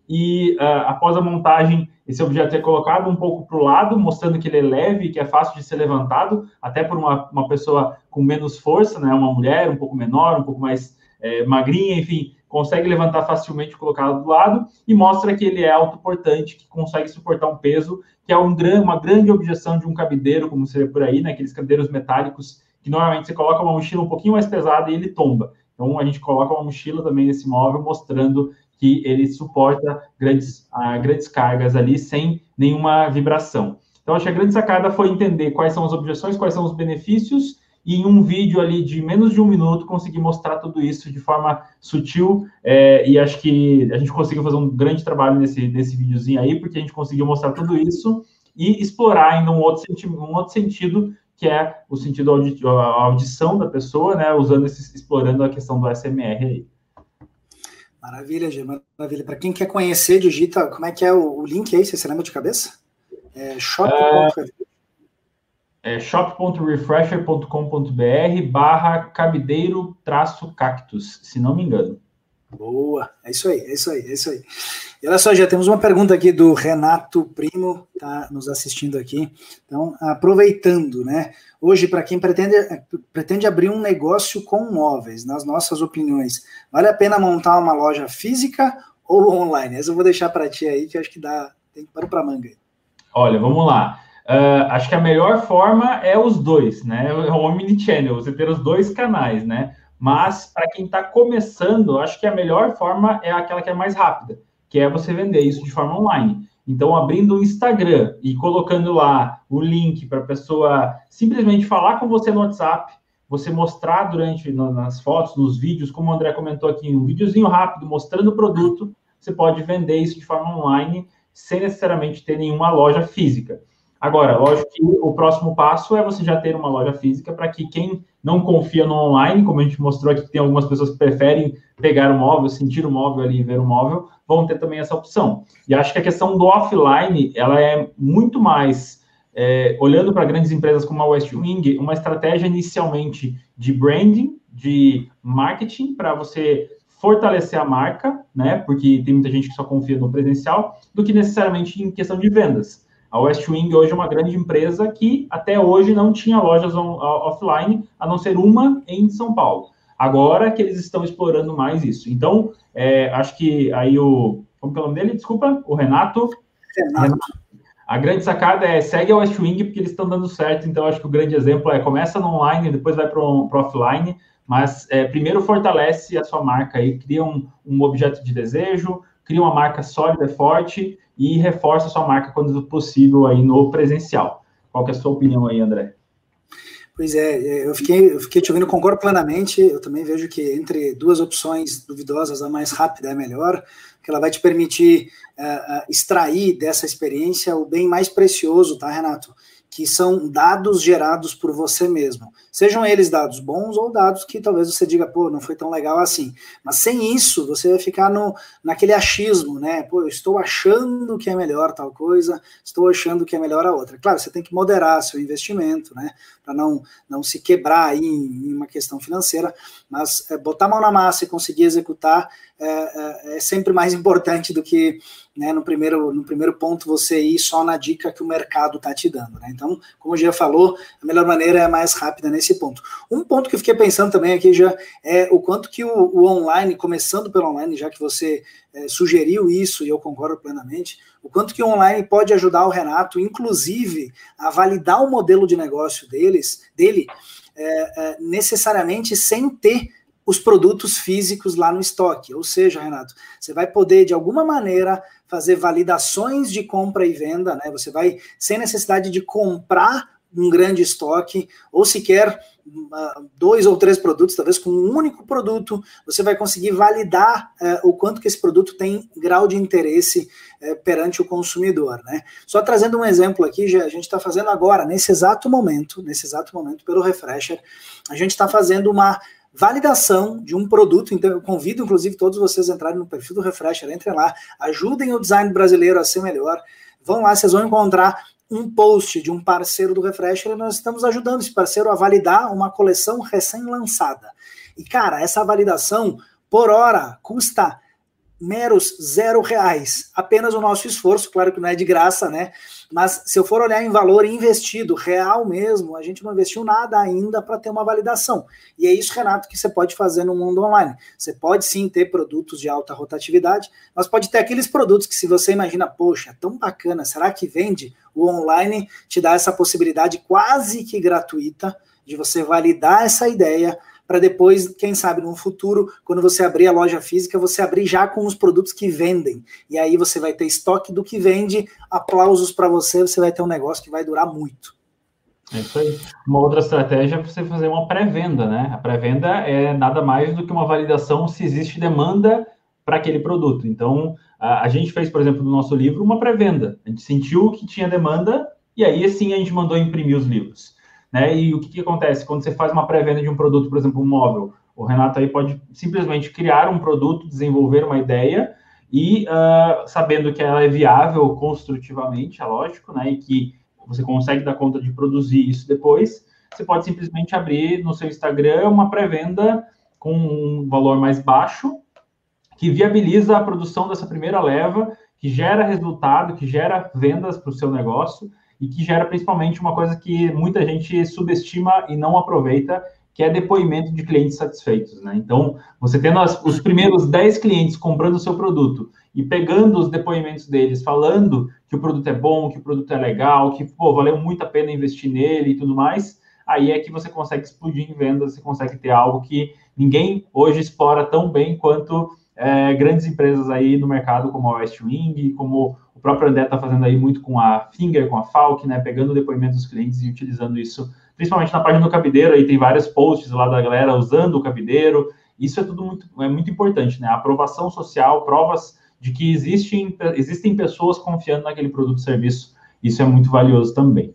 e uh, após a montagem, esse objeto é colocado um pouco para o lado, mostrando que ele é leve, que é fácil de ser levantado, até por uma, uma pessoa com menos força, né? Uma mulher um pouco menor, um pouco mais é, magrinha, enfim, consegue levantar facilmente colocado do lado, e mostra que ele é autoportante, que consegue suportar um peso, que é um gran, uma grande objeção de um cabideiro, como você vê por aí, né? Aqueles cabideiros metálicos, que normalmente você coloca uma mochila um pouquinho mais pesada e ele tomba. Então, a gente coloca uma mochila também nesse móvel, mostrando que ele suporta grandes, uh, grandes cargas ali sem nenhuma vibração. Então, acho que a grande sacada foi entender quais são as objeções, quais são os benefícios, e em um vídeo ali de menos de um minuto conseguir mostrar tudo isso de forma sutil, é, e acho que a gente conseguiu fazer um grande trabalho nesse, nesse videozinho aí, porque a gente conseguiu mostrar tudo isso e explorar ainda um outro, senti um outro sentido, que é o sentido auditivo, a audição da pessoa, né, usando esse, explorando a questão do A S M R aí. Maravilha, Gê, maravilha. Para quem quer conhecer, digita, como é que é o, o link aí, você se lembra de cabeça? É shop. É, é shop ponto refresher ponto com ponto br barra cabideiro traço cactus, se não me engano. Boa, é isso aí, é isso aí, é isso aí. E olha só, já temos uma pergunta aqui do Renato Primo, tá nos assistindo aqui. Então, aproveitando, né? Hoje, para quem pretende, pretende abrir um negócio com móveis, nas nossas opiniões, vale a pena montar uma loja física ou online? Essa eu vou deixar para ti aí, que acho que dá, tem pano para manga. Olha, vamos lá. Uh, acho que a melhor forma é os dois, né? É o omnichannel, você ter os dois canais, né? Mas, para quem está começando, acho que a melhor forma é aquela que é mais rápida, que é você vender isso de forma online. Então, abrindo o Instagram e colocando lá o link para a pessoa simplesmente falar com você no WhatsApp, você mostrar durante, nas fotos, nos vídeos, como o André comentou aqui, um videozinho rápido mostrando o produto, você pode vender isso de forma online, sem necessariamente ter nenhuma loja física. Agora, lógico que o próximo passo é você já ter uma loja física para que quem não confia no online, como a gente mostrou aqui, que tem algumas pessoas que preferem pegar o móvel, sentir o móvel ali e ver o móvel, vão ter também essa opção. E acho que a questão do offline, ela é muito mais, é, olhando para grandes empresas como a West Wing, uma estratégia inicialmente de branding, de marketing, para você fortalecer a marca, né? Porque tem muita gente que só confia no presencial, do que necessariamente em questão de vendas. A Westwing hoje é uma grande empresa que até hoje não tinha lojas on, offline, a não ser uma em São Paulo. Agora que eles estão explorando mais isso. Então, é, acho que aí o... Como que é o nome dele? Desculpa, o Renato. Renato. Renato. A grande sacada é segue a Westwing porque eles estão dando certo. Então, acho que o grande exemplo é começa no online, depois vai para o offline, mas é, primeiro fortalece a sua marca aí, cria um, um objeto de desejo, cria uma marca sólida, forte e reforça a sua marca quando possível aí no presencial. Qual que é a sua opinião aí, André? Pois é, eu fiquei, eu fiquei te ouvindo, concordo plenamente. Eu também vejo que entre duas opções duvidosas, a mais rápida é a melhor, que ela vai te permitir uh, extrair dessa experiência o bem mais precioso, tá, Renato? Que são dados gerados por você mesmo. Sejam eles dados bons ou dados que talvez você diga, pô, não foi tão legal assim. Mas sem isso, você vai ficar no, naquele achismo, né? Pô, eu estou achando que é melhor tal coisa, estou achando que é melhor a outra. Claro, você tem que moderar seu investimento, né? Para não, não se quebrar aí em, em uma questão financeira, mas é, botar a mão na massa e conseguir executar é, é, é sempre mais importante do que, né, no, primeiro, no primeiro ponto você ir só na dica que o mercado está te dando, né? Então, como o Gia falou, a melhor maneira é a mais rápida nesse ponto. Um ponto que eu fiquei pensando também aqui já é o quanto que o, o online, começando pelo online, já que você é, sugeriu isso e eu concordo plenamente, o quanto que o online pode ajudar o Renato, inclusive, a validar o modelo de negócio deles, dele, é, é, necessariamente sem ter os produtos físicos lá no estoque. Ou seja, Renato, você vai poder, de alguma maneira, fazer validações de compra e venda, né? Você vai, sem necessidade de comprar um grande estoque, ou sequer uh, dois ou três produtos, talvez com um único produto, você vai conseguir validar uh, o quanto que esse produto tem grau de interesse uh, perante o consumidor, né? Só trazendo um exemplo aqui, já, a gente está fazendo agora, nesse exato momento, nesse exato momento, pelo Refresher, a gente está fazendo uma validação de um produto. Então eu convido, inclusive, todos vocês a entrarem no perfil do Refresher, entrem lá, ajudem o design brasileiro a ser melhor, vão lá, vocês vão encontrar um post de um parceiro do Refresher e nós estamos ajudando esse parceiro a validar uma coleção recém-lançada. E, cara, essa validação, por hora, custa meros zero reais. Apenas o nosso esforço, claro que não é de graça, né? Mas se eu for olhar em valor investido, real mesmo, a gente não investiu nada ainda para ter uma validação. E é isso, Renato, que você pode fazer no mundo online. Você pode sim ter produtos de alta rotatividade, mas pode ter aqueles produtos que se você imagina, poxa, é tão bacana, será que vende? O online te dá essa possibilidade quase que gratuita de você validar essa ideia para depois, quem sabe, no futuro, quando você abrir a loja física, você abrir já com os produtos que vendem. E aí você vai ter estoque do que vende, aplausos para você, você vai ter um negócio que vai durar muito. É isso aí. Uma outra estratégia é você fazer uma pré-venda, né? A pré-venda é nada mais do que uma validação se existe demanda para aquele produto. Então, a, a gente fez, por exemplo, no nosso livro, uma pré-venda. A gente sentiu que tinha demanda e aí, sim, a gente mandou imprimir os livros. Né? E o que, que acontece? Quando você faz uma pré-venda de um produto, por exemplo, um móvel, o Renato aí pode simplesmente criar um produto, desenvolver uma ideia e, uh, sabendo que ela é viável construtivamente, é lógico, né? E que você consegue dar conta de produzir isso depois, você pode simplesmente abrir no seu Instagram uma pré-venda com um valor mais baixo, que viabiliza a produção dessa primeira leva, que gera resultado, que gera vendas para o seu negócio, e que gera principalmente uma coisa que muita gente subestima e não aproveita, que é depoimento de clientes satisfeitos, né? Então, você tendo as, os primeiros dez clientes comprando o seu produto e pegando os depoimentos deles, falando que o produto é bom, que o produto é legal, que, pô, valeu muito a pena investir nele e tudo mais, aí é que você consegue explodir em vendas, você consegue ter algo que ninguém hoje explora tão bem quanto é, grandes empresas aí no mercado, como a Westwing, como o próprio André está fazendo aí muito com a Finger, com a Falk, né, pegando o depoimento dos clientes e utilizando isso, principalmente na página do Cabideiro, aí tem vários posts lá da galera usando o Cabideiro. Isso é tudo muito, é muito importante, né? A aprovação social, provas de que existem, existem pessoas confiando naquele produto e serviço, isso é muito valioso também.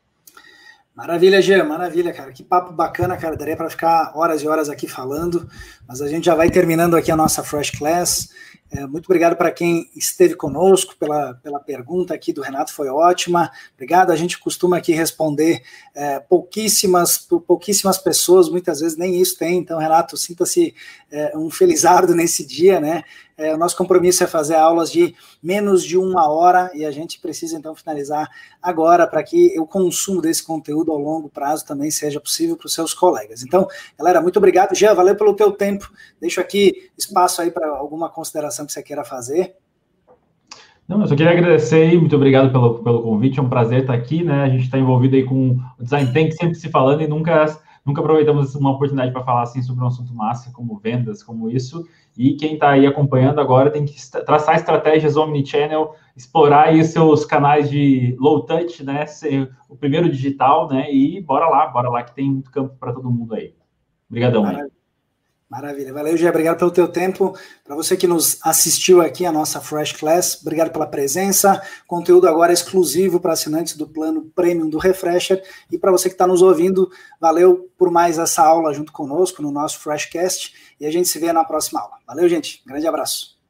Maravilha, Gê, maravilha, cara. Que papo bacana, cara. Daria para ficar horas e horas aqui falando, mas a gente já vai terminando aqui a nossa Fresh Class. É, muito obrigado para quem esteve conosco, pela, pela pergunta aqui do Renato, foi ótima. Obrigado, a gente costuma aqui responder é, pouquíssimas, pouquíssimas pessoas, muitas vezes nem isso tem, então, Renato, sinta-se é, um felizardo nesse dia, né? É, o nosso compromisso é fazer aulas de menos de uma hora e a gente precisa, então, finalizar agora para que o consumo desse conteúdo ao longo prazo também seja possível para os seus colegas. Então, galera, muito obrigado. Jean, valeu pelo teu tempo. Deixo aqui espaço aí para alguma consideração que você queira fazer. Não, eu só queria agradecer aí, muito obrigado pelo, pelo convite, é um prazer estar aqui, né? A gente está envolvido aí com o Design Tank, sempre se falando e nunca, nunca aproveitamos uma oportunidade para falar assim sobre um assunto massa, como vendas, como isso. E quem está aí acompanhando agora tem que traçar estratégias omnichannel, explorar aí os seus canais de low touch, né? Ser o primeiro digital, né? E bora lá, bora lá que tem muito campo para todo mundo aí. Obrigadão aí. Maravilha, valeu, Gê, obrigado pelo teu tempo. Para você que nos assistiu aqui a nossa Fresh Class, obrigado pela presença. Conteúdo agora exclusivo para assinantes do plano Premium do Refresher. E para você que está nos ouvindo, valeu por mais essa aula junto conosco no nosso Freshcast. E a gente se vê na próxima aula. Valeu, gente. Grande abraço.